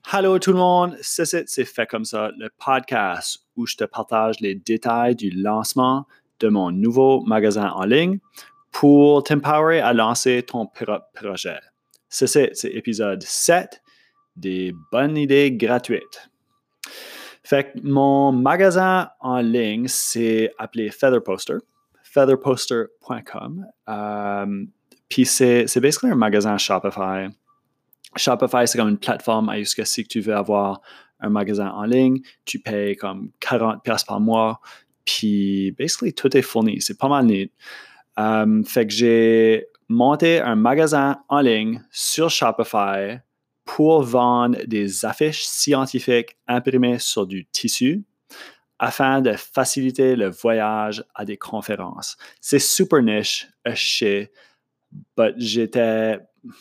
Allô tout le monde, c'est fait comme ça, le podcast où je te partage les détails du lancement de mon nouveau magasin en ligne pour t'empowerer à lancer ton propre projet. C'est épisode 7 des bonnes idées gratuites. Fait que mon magasin en ligne, c'est appelé Featherposter, featherposter.com. Puis c'est basically un magasin Shopify. Shopify, c'est comme une plateforme à ce que si tu veux avoir un magasin en ligne, tu payes comme 40$ par mois, puis basically tout est fourni. C'est pas mal neat. Fait que j'ai monté un magasin en ligne sur Shopify pour vendre des affiches scientifiques imprimées sur du tissu afin de faciliter le voyage à des conférences. C'est super niche, je but j'étais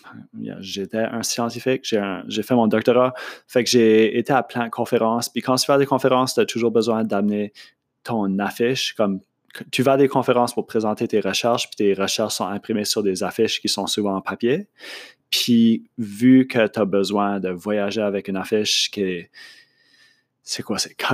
un scientifique, j'ai fait mon doctorat, fait que j'ai été à plein de conférences, puis quand tu fais des conférences, tu as toujours besoin d'amener ton affiche, comme tu vas à des conférences pour présenter tes recherches, puis tes recherches sont imprimées sur des affiches qui sont souvent en papier, puis vu que tu as besoin de voyager avec une affiche qui est, c'est quoi, c'est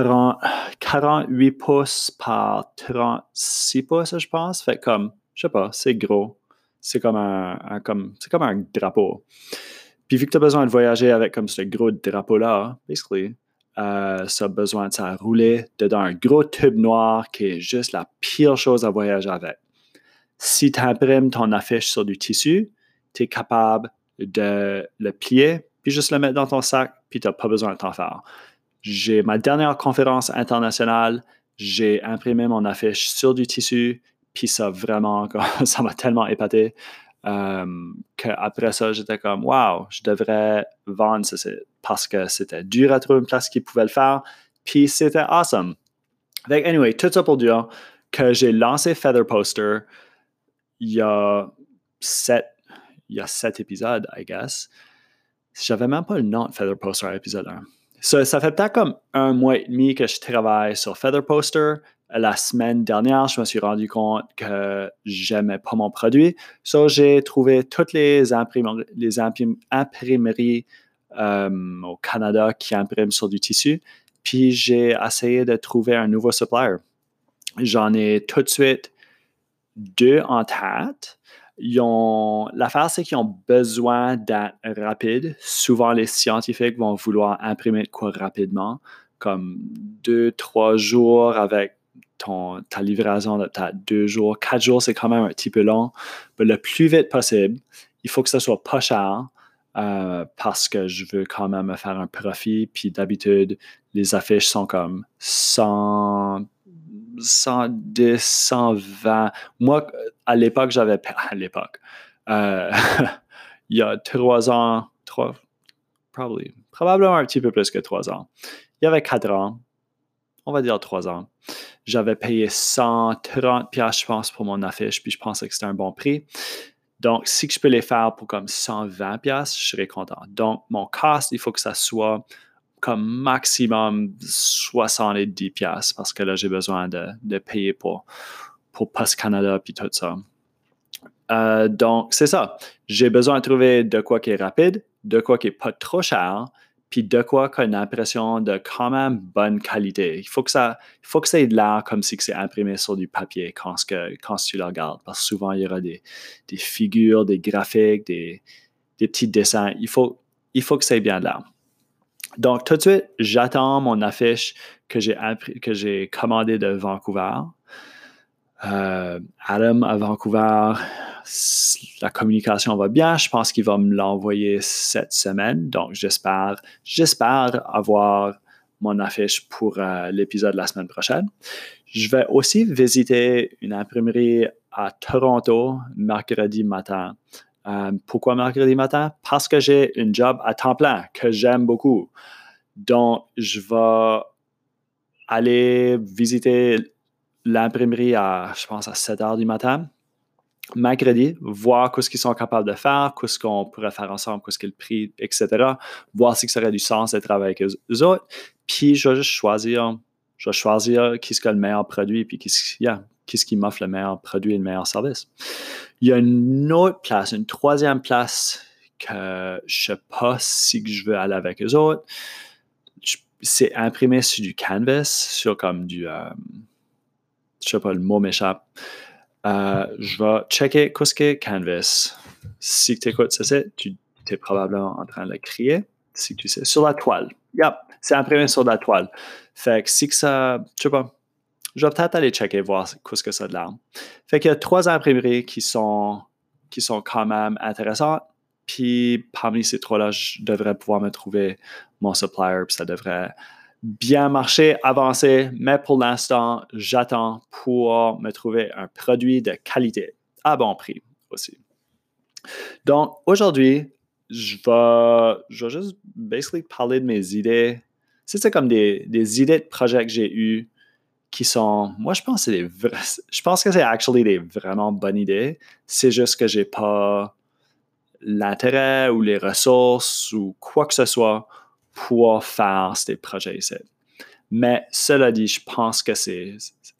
48 pouces par 36 pouces, je pense, fait comme, je sais pas, c'est gros. C'est comme c'est comme un drapeau. Puis vu que tu as besoin de voyager avec comme ce gros drapeau-là, basically, ça a besoin de ça rouler dedans un gros tube noir qui est juste la pire chose à voyager avec. Si tu imprimes ton affiche sur du tissu, tu es capable de le plier, puis juste le mettre dans ton sac, puis tu n'as pas besoin de t'en faire. J'ai ma dernière conférence internationale, j'ai imprimé mon affiche sur du tissu, puis ça vraiment, ça m'a tellement épaté qu'après ça, j'étais comme, wow, je devrais vendre ça parce que c'était dur à trouver une place qui pouvait le faire, puis c'était awesome. Fait anyway, tout ça pour dire que j'ai lancé Featherposter il y a 7 épisodes, I guess. J'avais même pas le nom de Featherposter à l'épisode 1. Ça fait peut-être comme 1 mois et demi que je travaille sur Featherposter. La semaine dernière, je me suis rendu compte que j'aimais pas mon produit. J'ai trouvé toutes les imprimeries au Canada qui impriment sur du tissu. Puis j'ai essayé de trouver un nouveau supplier. J'en ai tout de suite 2 en tête. L'affaire, c'est qu'ils ont besoin d'être rapides. Souvent, les scientifiques vont vouloir imprimer de quoi rapidement, comme 2-3 jours avec ta livraison de peut-être 2 jours. 4 jours, c'est quand même un petit peu long. Mais le plus vite possible, il faut que ça soit pas cher parce que je veux quand même me faire un profit. Puis d'habitude, les affiches sont comme 110, 120. Moi, à l'époque, il y a 3 ans, probablement un petit peu plus que 3 ans. Il y avait 4 ans, on va dire 3 ans. J'avais payé 130$, je pense, pour mon affiche, puis je pensais que c'était un bon prix. Donc, si je peux les faire pour comme 120$, je serais content. Donc, mon cost, il faut que ça soit comme maximum 70$ parce que là, j'ai besoin de payer pour Post Canada puis tout ça. Donc, c'est ça. J'ai besoin de trouver de quoi qui est rapide, de quoi qui n'est pas trop cher, puis de quoi qui a une impression de quand même bonne qualité. Il faut que ça ait de l'air comme si c'est imprimé sur du papier quand tu le regardes. Parce que souvent, il y aura des figures, des graphiques, des petits dessins. Il faut que ça ait bien de l'air. Donc, tout de suite, j'attends mon affiche que j'ai commandée de Vancouver. Adam à Vancouver, la communication va bien. Je pense qu'il va me l'envoyer cette semaine. Donc, j'espère avoir mon affiche pour l'épisode de la semaine prochaine. Je vais aussi visiter une imprimerie à Toronto mercredi matin. Pourquoi mercredi matin? Parce que j'ai un job à temps plein que j'aime beaucoup. Donc, je vais aller visiter l'imprimerie je pense, à 7 heures du matin, mercredi, voir ce qu'ils sont capables de faire, ce qu'on pourrait faire ensemble, ce qu'est le prix, etc. Voir si ça aurait du sens de travailler avec eux autres. Puis, je vais juste choisir qui est le meilleur produit, puis qu'est-ce qui m'offre le meilleur produit et le meilleur service. Il y a une autre place, une troisième place que je ne sais pas si je veux aller avec eux autres. C'est imprimé sur du canvas, sur comme du... je sais pas, le mot m'échappe. Je vais checker qu'est-ce que canvas. Si tu écoutes ça, tu es probablement en train de le crier. Si tu sais, sur la toile. Yep, c'est imprimé sur la toile. Fait que si que ça, je sais pas, je vais peut-être aller checker, voir qu'est-ce que ça a de l'air. Fait qu'il y a 3 imprimeries qui sont quand même intéressantes. Puis parmi ces 3-là, je devrais pouvoir me trouver mon supplier, puis ça devrait bien marcher, avancer. Mais pour l'instant, j'attends pour me trouver un produit de qualité à bon prix aussi. Donc aujourd'hui, je vais juste basically parler de mes idées. C'est comme des idées de projets que j'ai eues qui sont, moi je pense que c'est actually des vraiment bonnes idées. C'est juste que j'ai pas l'intérêt ou les ressources ou quoi que ce soit pour faire ces projets ici. Mais cela dit, je pense que ces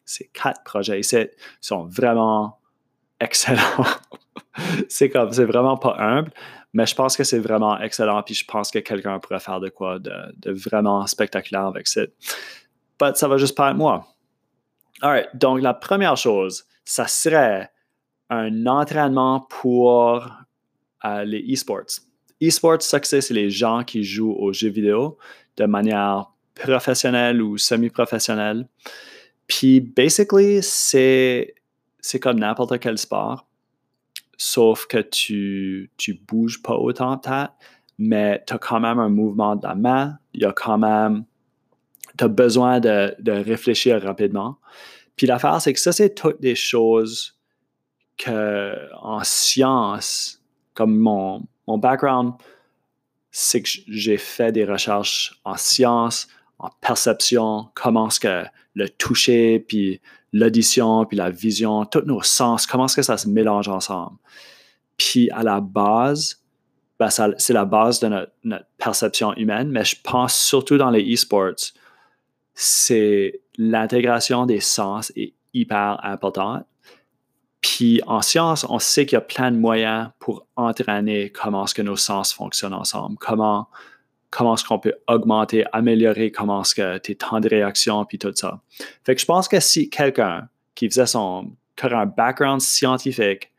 4 projets ici sont vraiment excellents. c'est vraiment pas humble, mais je pense que c'est vraiment excellent, puis je pense que quelqu'un pourrait faire de quoi de vraiment spectaculaire avec ça. Mais ça va juste pas être moi. All right, donc la première chose, ça serait un entraînement pour les e-sports. E-sports, ça que c'est les gens qui jouent aux jeux vidéo de manière professionnelle ou semi-professionnelle. Puis, basically, c'est comme n'importe quel sport, sauf que tu bouges pas autant peut-être, mais tu as quand même un mouvement de la main, il y a quand même, tu as besoin de réfléchir rapidement. Puis l'affaire, c'est que ça, c'est toutes des choses que en science, comme mon background, c'est que j'ai fait des recherches en sciences, en perception, comment est-ce que le toucher, puis l'audition, puis la vision, tous nos sens, comment est-ce que ça se mélange ensemble. Puis à la base, c'est la base de notre perception humaine, mais je pense surtout dans les e-sports, c'est l'intégration des sens est hyper importante. Puis en science, on sait qu'il y a plein de moyens pour entraîner comment est-ce que nos sens fonctionnent ensemble, comment est-ce qu'on peut augmenter, améliorer comment est-ce que tes temps de réaction, puis tout ça. Fait que je pense que si quelqu'un qui aurait un background scientifique,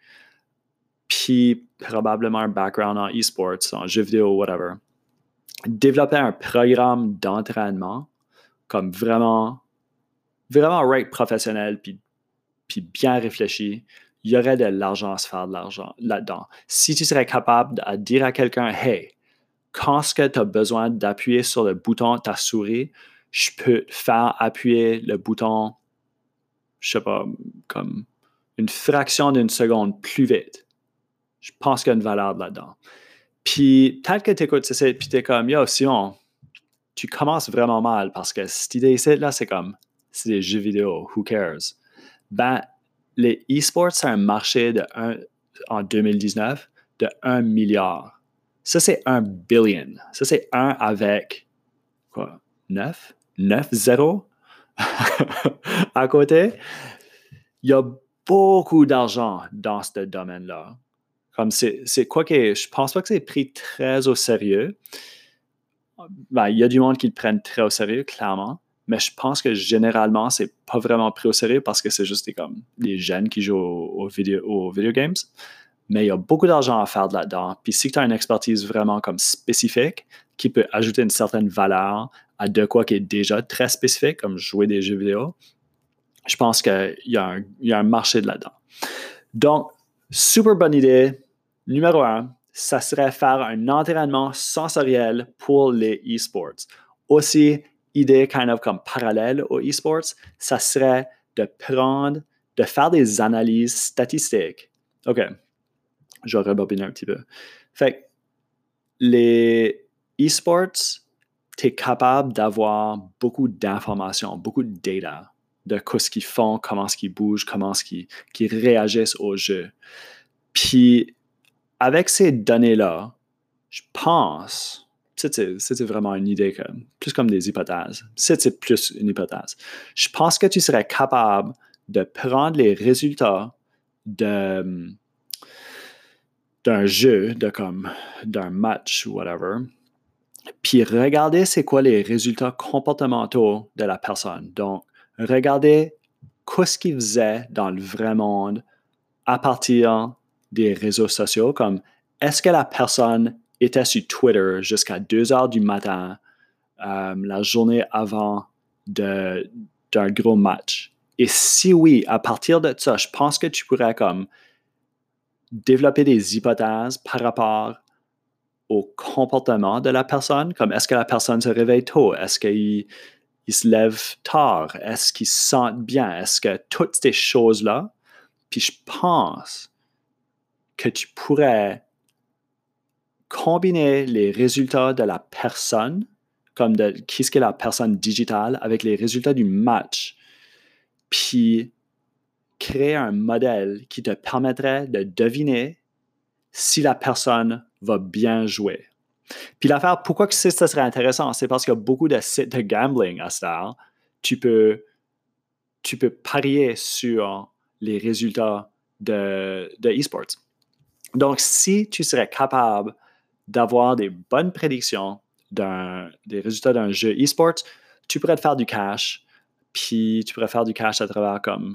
puis probablement un background en e-sports, en jeux vidéo, whatever, développait un programme d'entraînement comme vraiment, vraiment right professionnel, puis bien réfléchi, il y aurait de l'argent à se faire de l'argent là-dedans. Si tu serais capable de dire à quelqu'un, hey, quand est-ce que tu as besoin d'appuyer sur le bouton de ta souris, je peux te faire appuyer le bouton, je sais pas, comme une fraction d'une seconde plus vite. Je pense qu'il y a une valeur là-dedans. Puis, peut-être que tu écoutes ça, puis tu es comme, yo, Simon, tu commences vraiment mal parce que cette idée ici, là, c'est des jeux vidéo, who cares? Ben, les e-sports, c'est un marché en 2019 de 1 milliard. Ça, c'est 1 billion. Ça, c'est 1 avec, quoi, 9? 9 zéros à côté. Il y a beaucoup d'argent dans ce domaine-là. Comme c'est quoi que je pense pas que c'est pris très au sérieux. Ben, il y a du monde qui le prennent très au sérieux, clairement. Mais je pense que généralement, c'est pas vraiment pris au sérieux parce que c'est juste comme des jeunes qui jouent aux video games. Mais il y a beaucoup d'argent à faire là-dedans. Puis si tu as une expertise vraiment comme spécifique qui peut ajouter une certaine valeur à de quoi qui est déjà très spécifique, comme jouer des jeux vidéo, je pense qu'il y a un marché de là-dedans. Donc, super bonne idée. Numéro 1, ça serait faire un entraînement sensoriel pour les e-sports. Aussi, idée kind of comme parallèle aux e-sports, ça serait de faire des analyses statistiques. OK, je vais rebobiner un petit peu. Fait que les e-sports, tu es capable d'avoir beaucoup d'informations, beaucoup de data de ce qu'ils font, comment est-ce qu'ils bougent, comment est-ce qu'ils réagissent au jeu. Puis, avec ces données-là, je pense, c'est vraiment une idée, plus comme des hypothèses. C'est plus une hypothèse. Je pense que tu serais capable de prendre les résultats d'un jeu, d'un match ou whatever, puis regardez c'est quoi les résultats comportementaux de la personne. Donc, regardez qu'est-ce qu'il faisait dans le vrai monde à partir des réseaux sociaux, comme est-ce que la personne était sur Twitter jusqu'à 2 heures du matin la journée avant d'un gros match? Et si oui, à partir de ça, je pense que tu pourrais comme développer des hypothèses par rapport au comportement de la personne, comme est-ce que la personne se réveille tôt, est-ce qu'il se lève tard, est-ce qu'il se sent bien, est-ce que toutes ces choses-là, puis je pense que tu pourrais combiner les résultats de la personne, comme de qui est la personne digitale, avec les résultats du match, puis créer un modèle qui te permettrait de deviner si la personne va bien jouer. Puis l'affaire, pourquoi que ça serait intéressant, c'est parce qu'il y a beaucoup de sites de gambling à cette heure. Tu peux parier sur les résultats de e-sports. Donc, si tu serais capable d'avoir des bonnes prédictions des résultats d'un jeu e-sports, tu pourrais te faire du cash, puis tu pourrais faire du cash à travers comme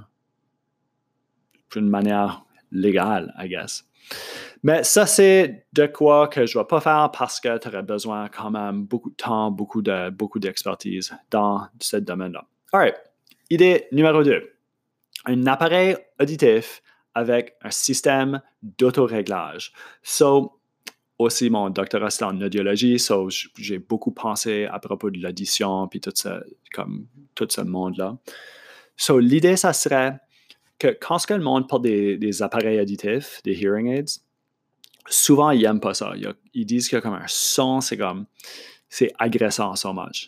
d'une manière légale, I guess. Mais ça, c'est de quoi que je ne vais pas faire parce que tu aurais besoin quand même beaucoup de temps, beaucoup d'expertise dans ce domaine-là. All right. Idée numéro 2. Un appareil auditif avec un système d'autoréglage. So, aussi, mon doctorat, c'est en audiologie, so j'ai beaucoup pensé à propos de l'audition puis tout ce monde-là. So, l'idée, ça serait que quand le monde porte des appareils auditifs, des hearing aids, souvent, ils n'aiment pas ça. Ils disent qu'il y a comme un son, c'est agressant so much.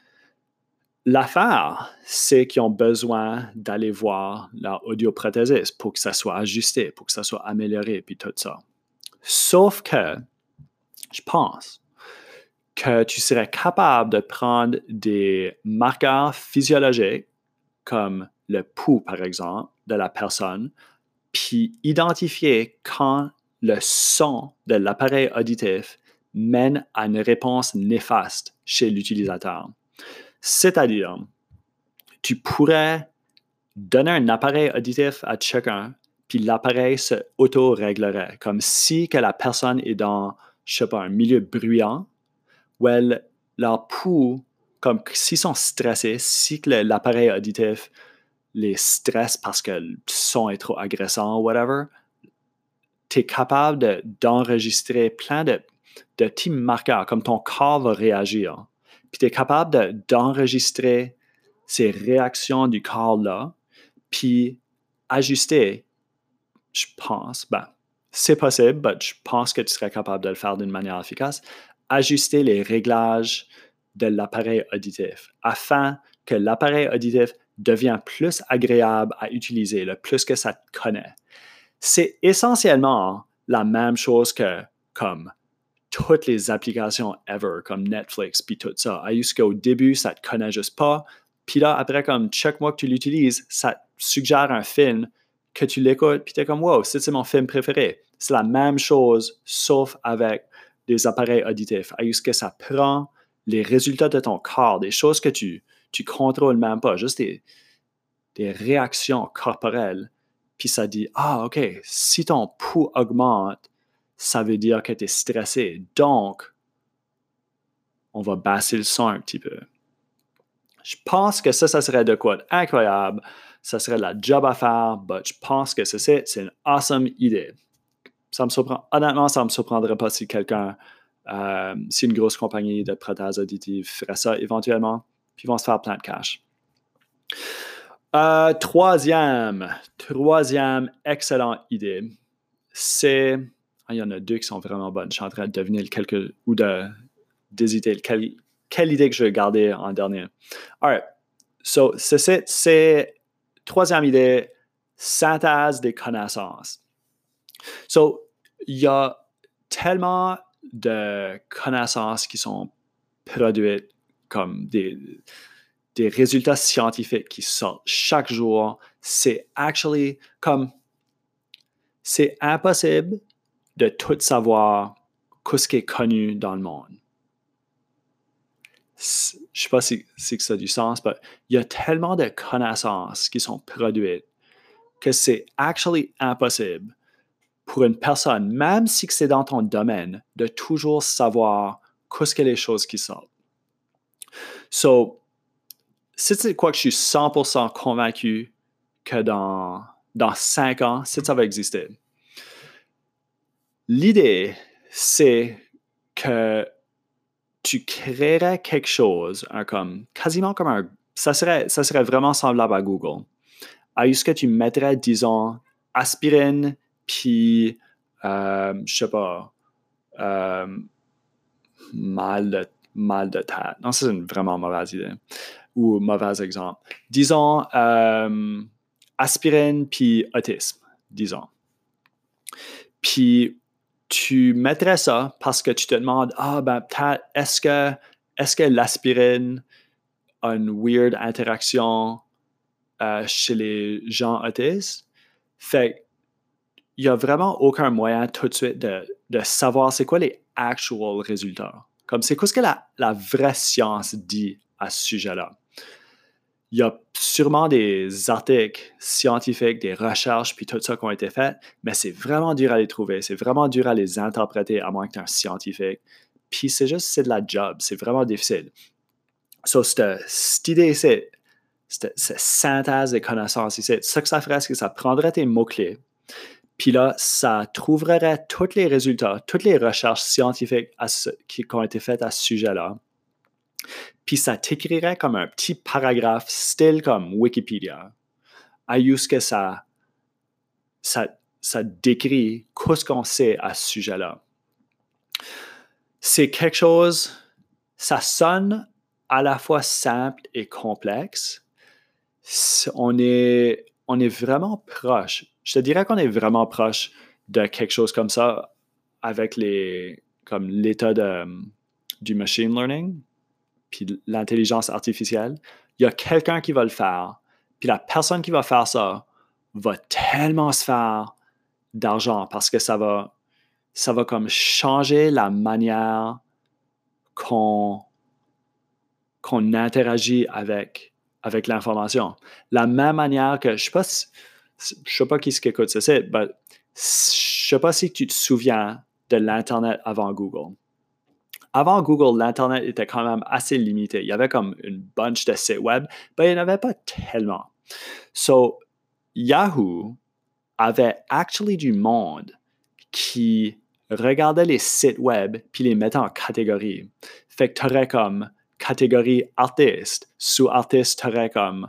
L'affaire, c'est qu'ils ont besoin d'aller voir leur audioprothésiste pour que ça soit ajusté, pour que ça soit amélioré, puis tout ça. Sauf que, je pense que tu serais capable de prendre des marqueurs physiologiques, comme le pouls, par exemple, de la personne, puis identifier quand le son de l'appareil auditif mène à une réponse néfaste chez l'utilisateur. C'est-à-dire, tu pourrais donner un appareil auditif à chacun, puis l'appareil se auto-réglerait. Comme si que la personne est dans, je sais pas, un milieu bruyant, où leur pouls, comme s'ils sont stressés, si que l'appareil auditif les stresse parce que le son est trop agressant ou whatever, tu es capable d'enregistrer plein de petits marqueurs, comme ton corps va réagir. Puis tu es capable d'enregistrer ces réactions du corps-là, puis ajuster, je pense, c'est possible, mais je pense que tu serais capable de le faire d'une manière efficace, ajuster les réglages de l'appareil auditif afin que l'appareil auditif devienne plus agréable à utiliser, le plus que ça te connaît. C'est essentiellement la même chose que comme toutes les applications ever, comme Netflix, puis tout ça. Jusqu'au début, ça te connaît juste pas. Puis là, après, comme chaque mois que tu l'utilises, ça te suggère un film que tu l'écoutes, puis tu es comme, wow, c'est mon film préféré. C'est la même chose, sauf avec des appareils auditifs. Jusqu'à ça prend les résultats de ton corps, des choses que tu contrôles même pas, juste des réactions corporelles. Puis ça dit, ah, OK, si ton pouls augmente, ça veut dire que tu es stressé. Donc, on va baisser le son un petit peu. Je pense que ça serait de quoi incroyable. Ça serait la job à faire, mais je pense que c'est une awesome idée. Ça me surprend. Honnêtement, ça ne me surprendrait pas si si une grosse compagnie de prothèses auditives ferait ça éventuellement, puis ils vont se faire plein de cash. Troisième excellente idée, c'est... il y en a deux qui sont vraiment bonnes. Je suis en train de deviner d'hésiter quelle idée que je vais garder en dernier. All right. So, c'est troisième idée, synthèse des connaissances. So, il y a tellement de connaissances qui sont produites comme des résultats scientifiques qui sortent chaque jour. C'est impossible de tout savoir qu'est-ce qui est connu dans le monde. Je ne sais pas si ça a du sens, mais il y a tellement de connaissances qui sont produites que c'est actually impossible pour une personne, même si c'est dans ton domaine, de toujours savoir qu'est-ce que les choses qui sortent. So, c'est quoi que je suis 100% convaincu que dans 5 ans, ça va exister. L'idée, c'est que tu créerais quelque chose, quasiment comme ça serait vraiment semblable à Google. Est-ce que tu mettrais, disons, aspirine, puis, je sais pas, mal de tête. Non, c'est une vraiment mauvaise idée. Ou mauvais exemple. Disons, aspirine, puis autisme, disons. Puis, tu mettrais ça parce que tu te demandes, peut-être, est-ce que l'aspirine a une weird interaction chez les gens autistes? Fait il n'y a vraiment aucun moyen tout de suite de savoir c'est quoi les actual résultats. Comme c'est quoi ce que la vraie science dit à ce sujet-là. Il y a sûrement des articles scientifiques, des recherches, puis tout ça qui ont été faits, mais c'est vraiment dur à les trouver, c'est vraiment dur à les interpréter à moins que tu es un scientifique. Puis c'est de la job, c'est vraiment difficile. So, cette idée, cette synthèse des connaissances ici, ce que ça ferait, c'est que ça prendrait tes mots-clés, puis là, ça trouverait tous les résultats, toutes les recherches scientifiques qui ont été faites à ce sujet-là, puis ça t'écrirait comme un petit paragraphe, style comme Wikipédia, à ce que ça décrit qu'est-ce qu'on sait à ce sujet-là. C'est quelque chose, ça sonne à la fois simple et complexe. On est vraiment proche. Je te dirais qu'on est vraiment proche de quelque chose comme ça avec l'état du machine learning puis l'intelligence artificielle. Il y a quelqu'un qui va le faire, puis la personne qui va faire ça va tellement se faire d'argent parce que ça va comme changer la manière qu'on interagit avec l'information. La même manière que, je ne sais pas qui écoute ça, je ne sais pas si tu te souviens de l'Internet avant Google. Avant Google, l'Internet était quand même assez limité. Il y avait comme une bunch de sites web, mais il n'y en avait pas tellement. So, Yahoo avait actually du monde qui regardait les sites web puis les mettait en catégories. Fait que tu aurais comme catégorie artiste. Sous artiste, tu aurais comme...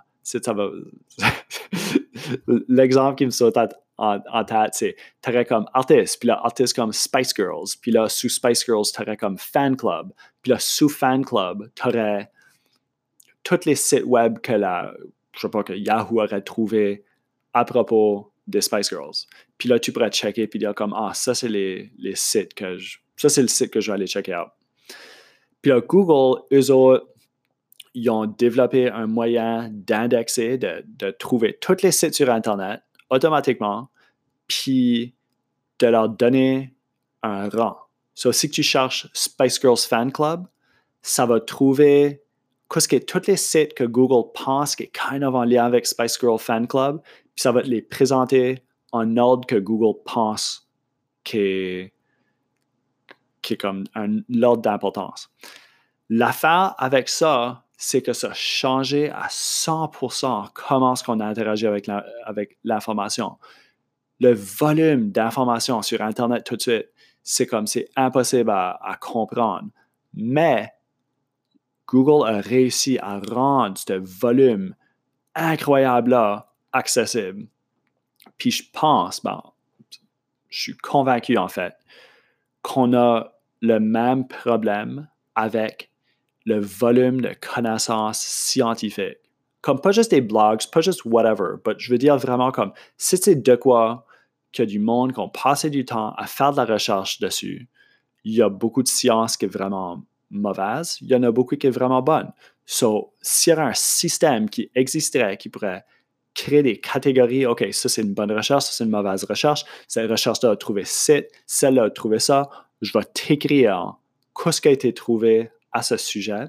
L'exemple qui me saute en tête, c'est tu aurais comme artiste, puis là, artiste comme Spice Girls, puis là, sous Spice Girls, tu aurais comme fan club, puis là, sous fan club, tu aurais tous les sites web que Yahoo aurait trouvé à propos des Spice Girls. Puis là, tu pourrais checker puis dire comme, ça, c'est les sites ça, c'est le site que je vais aller checker out. Puis là, Google, eux autres, ils ont développé un moyen d'indexer, de trouver tous les sites sur Internet automatiquement, puis de leur donner un rang. So, si tu cherches Spice Girls Fan Club, ça va trouver tous les sites que Google pense qui est kind of en lien avec Spice Girl Fan Club, puis ça va te les présenter en ordre que Google pense qui est comme l'ordre d'importance. L'affaire avec ça, c'est que ça a changé à 100% comment est-ce qu'on interagit avec l'information. Le volume d'informations sur Internet tout de suite, c'est impossible à comprendre. Mais Google a réussi à rendre ce volume incroyable-là accessible. Puis je pense, je suis convaincu en fait, qu'on a le même problème avec le volume de connaissances scientifiques. Comme pas juste des blogs, pas juste whatever, mais je veux dire vraiment comme si c'est de quoi qu'il y a du monde qui ont passé du temps à faire de la recherche dessus, il y a beaucoup de science qui est vraiment mauvaise, il y en a beaucoup qui est vraiment bonne. So, s'il y avait un système qui existerait, qui pourrait créer des catégories. OK, ça, c'est une bonne recherche, ça, c'est une mauvaise recherche. Cette recherche-là a trouvé celle-là a trouvé ça. Je vais t'écrire qu'est-ce qui a été trouvé à ce sujet.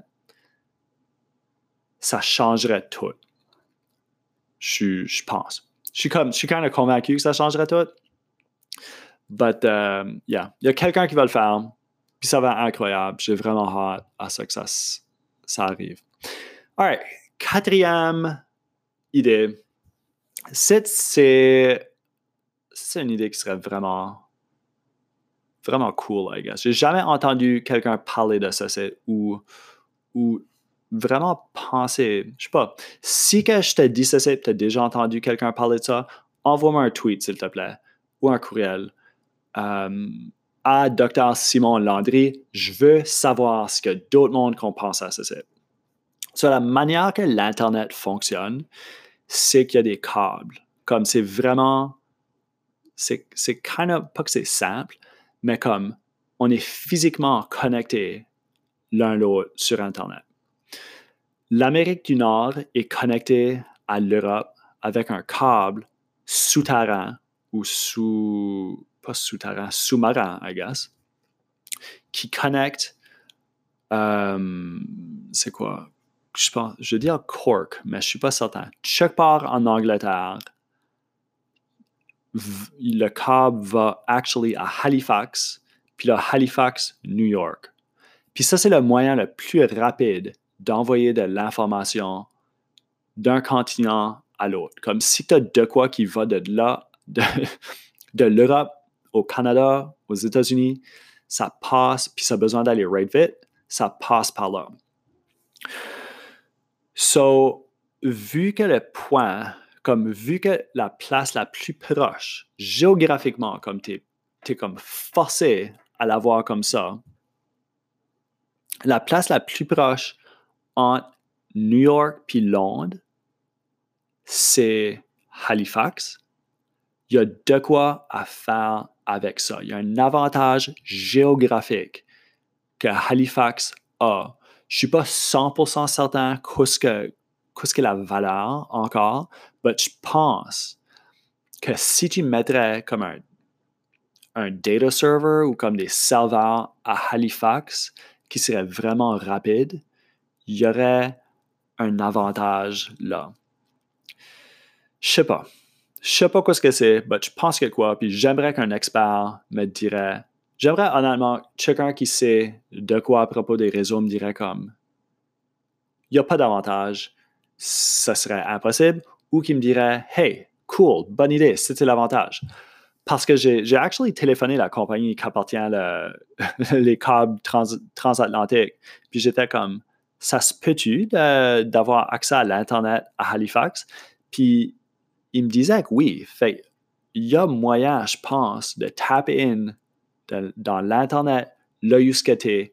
Ça changerait tout. Je pense. Je suis quand même convaincu que ça changerait tout. But, yeah. Il y a quelqu'un qui va le faire. Puis ça va être incroyable. J'ai vraiment hâte à ça que ça arrive. All right. 4e idée. C'est une idée qui serait vraiment cool, I guess. J'ai jamais entendu quelqu'un parler de ça, ou vraiment penser, je sais pas, si que je te dis ça, tu as déjà entendu quelqu'un parler de ça, envoie-moi un tweet, s'il te plaît, ou un courriel à Dr. Simon Landry. Je veux savoir ce que d'autres mondes qu'on pense à ça. Sur la manière que l'Internet fonctionne, c'est qu'il y a des câbles. Comme c'est vraiment, c'est kind of, pas que c'est simple, mais comme on est physiquement connectés l'un l'autre sur Internet. L'Amérique du Nord est connectée à l'Europe avec un câble souterrain ou sous-marin, I guess, qui connecte, c'est quoi? Je veux dire Cork, mais je ne suis pas certain. Chaque part en Angleterre, le câble va actually à Halifax, puis là, Halifax, New York. Puis ça, c'est le moyen le plus rapide d'envoyer de l'information d'un continent à l'autre. Comme si tu as de quoi qui va de là, de l'Europe au Canada, aux États-Unis, ça passe, puis ça a besoin d'aller right vite, ça passe par là. So, vu que la place la plus proche, géographiquement, comme t'es comme forcé à la voir comme ça, la place la plus proche entre New York puis Londres, c'est Halifax. Il y a de quoi à faire avec ça. Il y a un avantage géographique que Halifax a. Je ne suis pas 100% certain qu'est-ce que la valeur encore, mais je pense que si tu mettrais comme un data server ou comme des serveurs à Halifax qui seraient vraiment rapides, il y aurait un avantage là. Je sais pas quoi ce que c'est, mais je pense que quoi, puis j'aimerais qu'un expert me dirait, j'aimerais honnêtement, quelqu'un qui sait de quoi à propos des réseaux me dirait comme, il n'y a pas d'avantage, ça serait impossible, ou qui me dirait, hey, cool, bonne idée, c'était l'avantage. Parce que j'ai actually téléphoné la compagnie qui appartient les câbles transatlantiques, puis j'étais comme, ça se peut-tu d'avoir accès à l'Internet à Halifax? Puis il me disait que oui. Fait il y a moyen, je pense, de tap in dans l'Internet, là où tu es,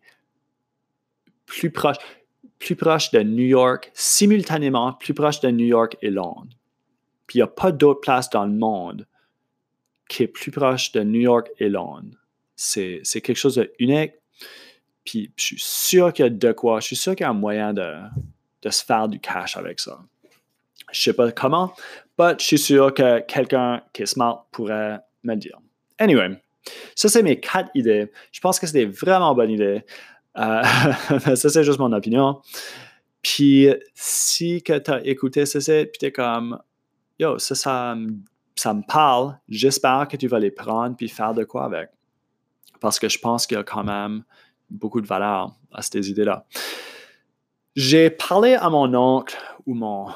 plus proche de New York, simultanément plus proche de New York et Londres. Puis il n'y a pas d'autre place dans le monde qui est plus proche de New York et Londres. C'est quelque chose d'unique. Puis je suis sûr qu'il y a de quoi. Je suis sûr qu'il y a un moyen de se faire du cash avec ça. Je ne sais pas comment, mais je suis sûr que quelqu'un qui est smart pourrait me le dire. Anyway, ça, c'est mes 4 idées. Je pense que c'est des vraiment bonnes idées. Ça, c'est juste mon opinion. Puis, si tu as écouté ceci, puis tu es comme, yo, ça me parle, j'espère que tu vas les prendre puis faire de quoi avec. Parce que je pense qu'il y a quand même beaucoup de valeur à ces idées-là. J'ai parlé à mon oncle ou mon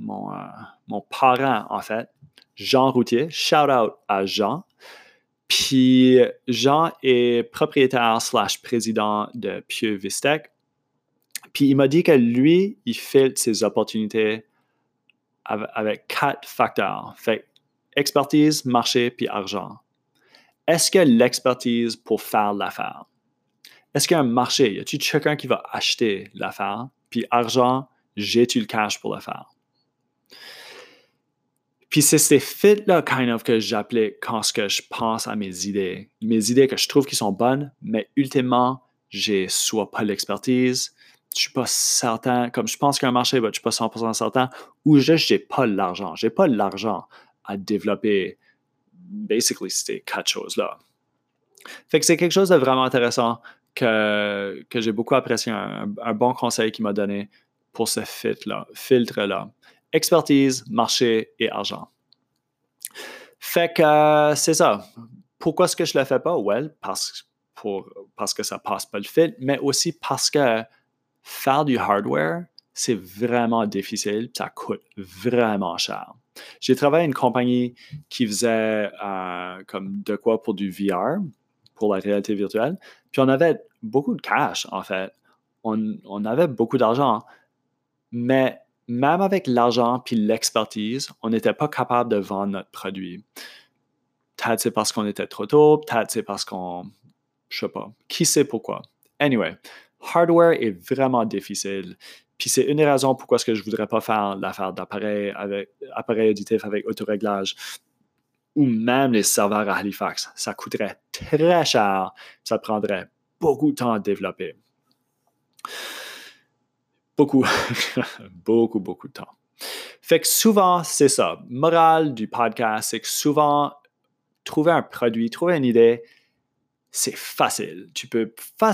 parent, en fait, Jean Routier. Shout out à Jean. Puis Jean est propriétaire / président de Pieux Vistec. Puis il m'a dit que lui, il filtre ses opportunités avec 4 facteurs. Fait expertise, marché, puis argent. Est-ce que l'expertise pour faire l'affaire? Est-ce qu'il y a un marché? Y a-t-il quelqu'un qui va acheter l'affaire? Puis argent, j'ai-tu le cash pour le faire? Puis c'est ces fits-là, kind of, que j'applique quand je pense à mes idées. Mes idées que je trouve qui sont bonnes, mais ultimement, j'ai soit pas l'expertise, je suis pas certain, comme je pense qu'il y a un marché, mais je suis pas 100% certain, ou juste j'ai pas l'argent. J'ai pas l'argent à développer basically ces 4 choses-là. Fait que c'est quelque chose de vraiment intéressant que j'ai beaucoup apprécié, un bon conseil qu'il m'a donné pour ce filtre-là. Expertise, marché et argent. Fait que c'est ça. Pourquoi est-ce que je le fais pas? Well, parce que ça passe pas le filtre, mais aussi parce que faire du hardware, c'est vraiment difficile, ça coûte vraiment cher. J'ai travaillé à une compagnie qui faisait comme de quoi pour du VR, pour la réalité virtuelle, puis on avait beaucoup de cash, en fait. On avait beaucoup d'argent, mais même avec l'argent puis l'expertise, on n'était pas capable de vendre notre produit. Peut-être c'est parce qu'on était trop tôt, peut-être c'est parce qu'on, je sais pas, qui sait pourquoi. Anyway, hardware est vraiment difficile. Puis c'est une des raisons pourquoi est-ce que je voudrais pas faire l'affaire d'appareil auditif avec autoréglage ou même les serveurs à Halifax. Ça coûterait très cher. Ça prendrait beaucoup de temps à développer. Beaucoup, beaucoup de temps. Fait que souvent, c'est ça. Morale du podcast, c'est que souvent, trouver un produit, trouver une idée, c'est facile. Tu peux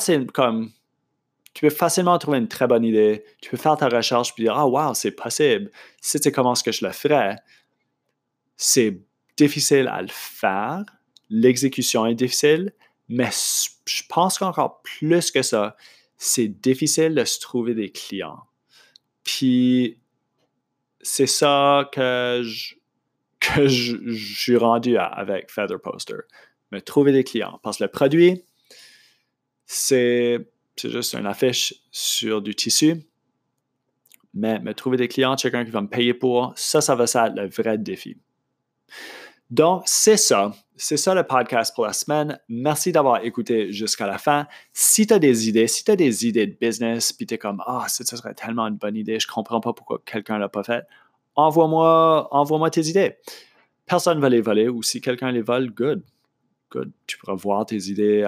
facilement trouver une très bonne idée. Tu peux faire ta recherche et dire, ah, wow, c'est possible. Si tu sais comment est-ce que je le ferais, c'est difficile à le faire. L'exécution est difficile, mais je pense qu'encore plus que ça, c'est difficile de se trouver des clients. Puis, c'est ça que je suis rendu avec Feather Poster. Me trouver des clients. Parce que le produit, c'est juste une affiche sur du tissu. Mais me trouver des clients, quelqu'un qui va me payer pour, ça va être le vrai défi. Donc, c'est ça. C'est ça le podcast pour la semaine. Merci d'avoir écouté jusqu'à la fin. Si tu as des idées, de business, puis tu es comme, ça serait tellement une bonne idée, je ne comprends pas pourquoi quelqu'un ne l'a pas fait, envoie-moi tes idées. Personne ne va les voler, ou si quelqu'un les vole, good. Tu pourras voir tes idées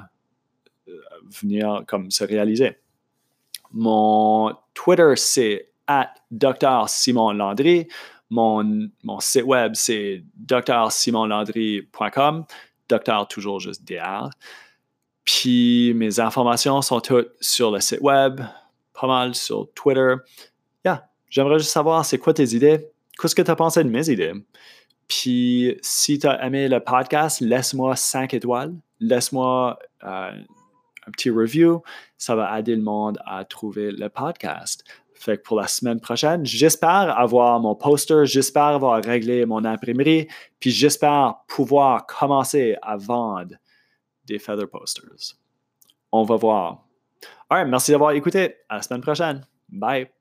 venir comme se réaliser. Mon Twitter, c'est @Dr Simon Landry. Mon site web, c'est drsimonlandry.com. Docteur, toujours juste DR. Puis mes informations sont toutes sur le site web, pas mal sur Twitter. J'aimerais juste savoir, c'est quoi tes idées? Qu'est-ce que tu as pensé de mes idées? Puis si tu as aimé le podcast, laisse-moi 5 étoiles. Laisse-moi un petit review. Ça va aider le monde à trouver le podcast. Fait que pour la semaine prochaine, j'espère avoir mon poster, j'espère avoir réglé mon imprimerie, puis j'espère pouvoir commencer à vendre des Feather Posters. On va voir. All right, merci d'avoir écouté. À la semaine prochaine. Bye.